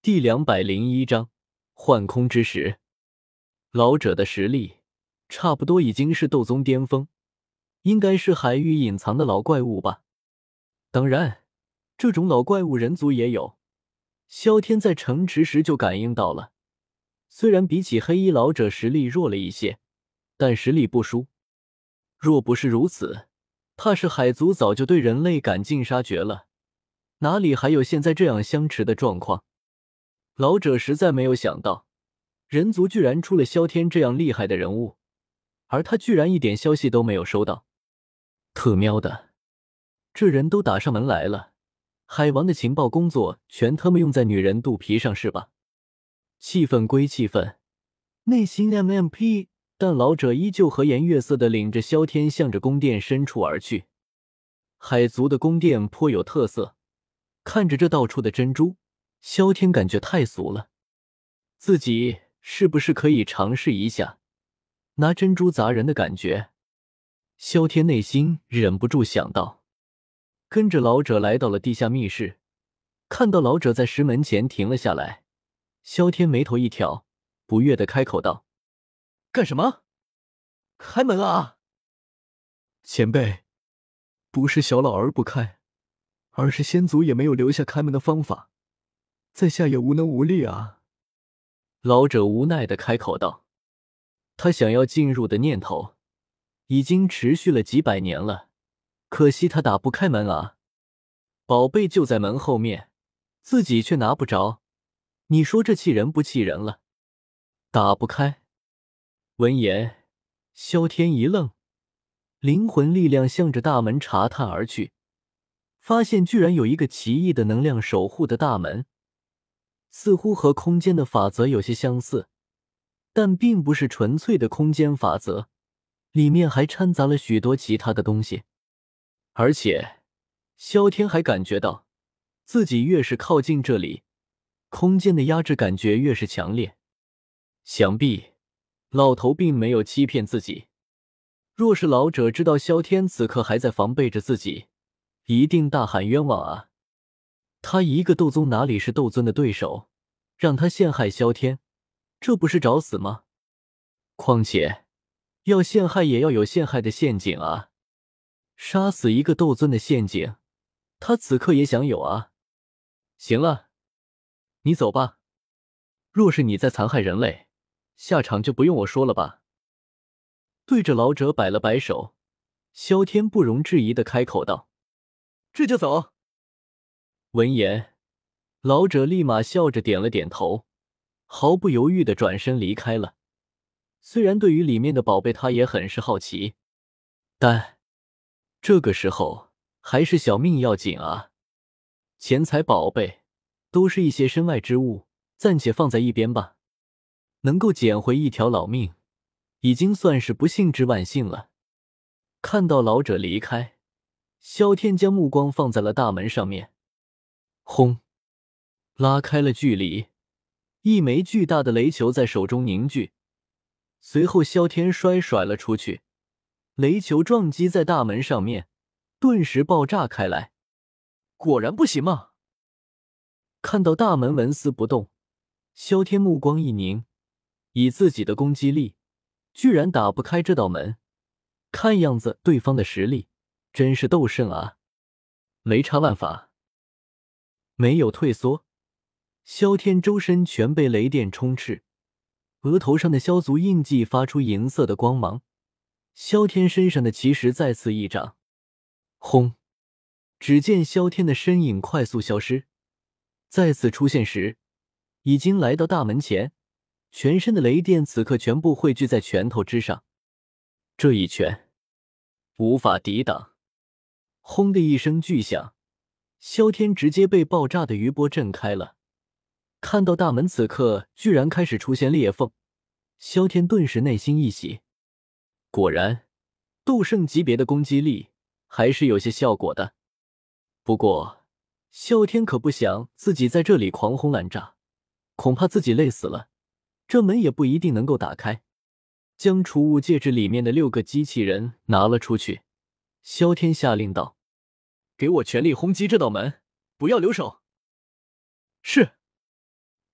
第201章幻空之石。老者的实力差不多已经是斗宗巅峰，应该是海域隐藏的老怪物吧。当然，这种老怪物人族也有。萧天在城池时就感应到了，虽然比起黑衣老者实力弱了一些，但实力不输。若不是如此，怕是海族早就对人类赶尽杀绝了，哪里还有现在这样相持的状况。老者实在没有想到，人族居然出了萧天这样厉害的人物，而他居然一点消息都没有收到。特喵的，这人都打上门来了，海王的情报工作全他妈用在女人肚皮上是吧？气愤归气愤，内心 MMP， 但老者依旧和颜悦色地领着萧天向着宫殿深处而去。海族的宫殿颇有特色，看着这到处的珍珠，萧天感觉太俗了，自己是不是可以尝试一下拿珍珠砸人的感觉？萧天内心忍不住想到。跟着老者来到了地下密室，看到老者在石门前停了下来，萧天眉头一挑，不悦地开口道：“干什么？开门啊！”前辈，不是小老儿不开，而是仙族也没有留下开门的方法，在下也无能无力啊。老者无奈地开口道。他想要进入的念头已经持续了几百年了，可惜他打不开门啊。宝贝就在门后面，自己却拿不着，你说这气人不气人了？打不开。闻言，萧天一愣，灵魂力量向着大门查探而去，发现居然有一个奇异的能量守护的大门，似乎和空间的法则有些相似，但并不是纯粹的空间法则，里面还掺杂了许多其他的东西。而且萧天还感觉到自己越是靠近这里，空间的压制感觉越是强烈。想必老头并没有欺骗自己，若是老者知道萧天此刻还在防备着自己，一定大喊冤枉啊！他一个斗宗哪里是斗尊的对手，让他陷害萧天，这不是找死吗？况且要陷害也要有陷害的陷阱啊，杀死一个斗尊的陷阱，他此刻也想有啊。行了，你走吧，若是你再残害人类，下场就不用我说了吧。对着老者摆了摆手，萧天不容置疑地开口道：“这就走。”闻言，老者立马笑着点了点头，毫不犹豫地转身离开了。虽然对于里面的宝贝他也很是好奇，但这个时候还是小命要紧啊。钱财宝贝都是一些身外之物，暂且放在一边吧。能够捡回一条老命，已经算是不幸之万幸了。看到老者离开，萧天将目光放在了大门上面。轰！拉开了距离，一枚巨大的雷球在手中凝聚，随后萧天甩了出去，雷球撞击在大门上面，顿时爆炸开来。果然不行吗？看到大门纹丝不动，萧天目光一凝，以自己的攻击力居然打不开这道门，看样子对方的实力真是斗圣啊！雷叉万法，没有退缩，萧天周身全被雷电充斥，额头上的萧族印记发出银色的光芒，萧天身上的奇石再次一掌，轰！只见萧天的身影快速消失，再次出现时已经来到大门前，全身的雷电此刻全部汇聚在拳头之上。这一拳无法抵挡，轰的一声巨响，萧天直接被爆炸的余波震开了。看到大门此刻居然开始出现裂缝，萧天顿时内心一喜，果然斗圣级别的攻击力还是有些效果的。不过萧天可不想自己在这里狂轰滥炸，恐怕自己累死了，这门也不一定能够打开。将储物戒指里面的6个机器人拿了出去，萧天下令道：“给我全力轰击这道门，不要留手。”是。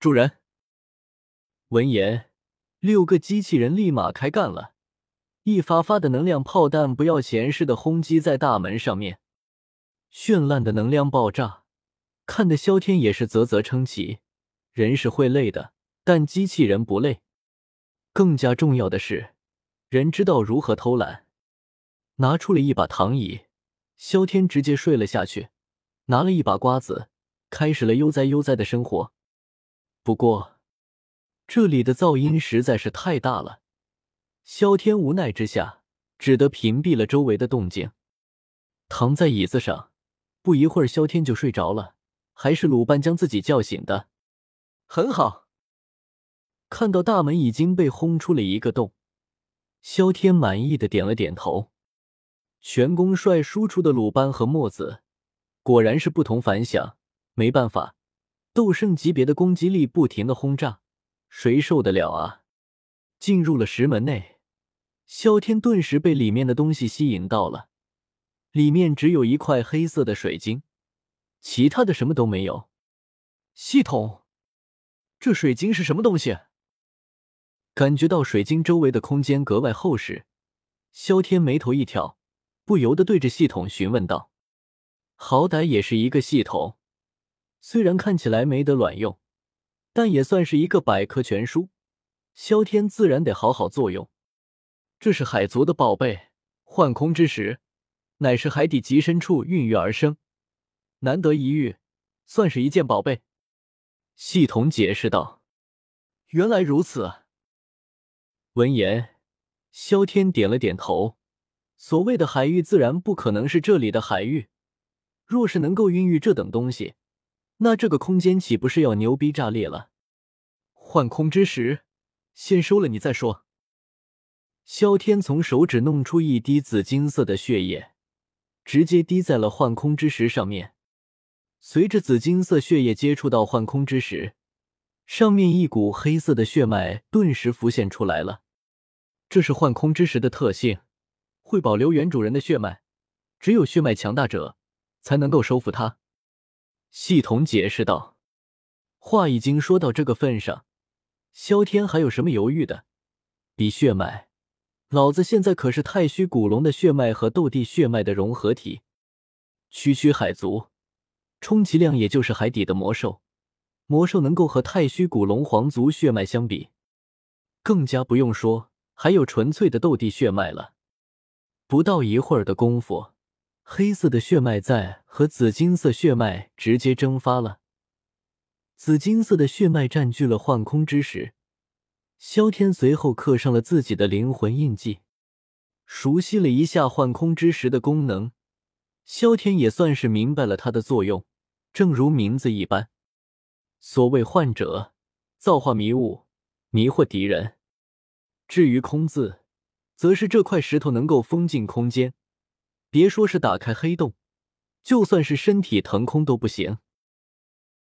主人。闻言，6个机器人立马开干了，一发发的能量炮弹不要钱似的轰击在大门上面，绚烂的能量爆炸，看得萧天也是啧啧称奇。人是会累的，但机器人不累。更加重要的是，人知道如何偷懒。拿出了一把躺椅，萧天直接睡了下去，拿了一把瓜子，开始了悠哉悠哉的生活。不过这里的噪音实在是太大了，萧天无奈之下只得屏蔽了周围的动静。躺在椅子上，不一会儿萧天就睡着了，还是鲁班将自己叫醒的。很好。看到大门已经被轰出了一个洞，萧天满意的点了点头。全公帅输出的鲁班和墨子果然是不同凡响，没办法，斗圣级别的攻击力不停的轰炸，谁受得了啊？进入了石门内，萧天顿时被里面的东西吸引到了。里面只有一块黑色的水晶，其他的什么都没有。系统，这水晶是什么东西？感觉到水晶周围的空间格外厚实，萧天眉头一挑，不由得对着系统询问道。好歹也是一个系统，虽然看起来没得卵用，但也算是一个百科全书，萧天自然得好好作用。这是海族的宝贝，幻空之石，乃是海底极深处孕育而生，难得一遇，算是一件宝贝。系统解释道。原来如此。闻言，萧天点了点头。所谓的海域自然不可能是这里的海域，若是能够孕育这等东西，那这个空间岂不是要牛逼炸裂了？幻空之石，先收了你再说。萧天从手指弄出一滴紫金色的血液，直接滴在了幻空之石上面。随着紫金色血液接触到幻空之石，上面一股黑色的血脉顿时浮现出来了。这是幻空之石的特性，会保留原主人的血脉，只有血脉强大者才能够收服它。系统解释道。话已经说到这个份上，萧天还有什么犹豫的？比血脉，老子现在可是太虚古龙的血脉和斗帝血脉的融合体。区区海族，充其量也就是海底的魔兽，魔兽能够和太虚古龙皇族血脉相比，更加不用说还有纯粹的斗帝血脉了。不到一会儿的功夫，黑色的血脉在和紫金色血脉直接蒸发了。紫金色的血脉占据了幻空之石，萧天随后刻上了自己的灵魂印记。熟悉了一下幻空之石的功能，萧天也算是明白了它的作用，正如名字一般。所谓幻者，造化迷雾，迷惑敌人。至于空字，则是这块石头能够封禁空间，别说是打开黑洞，就算是身体腾空都不行。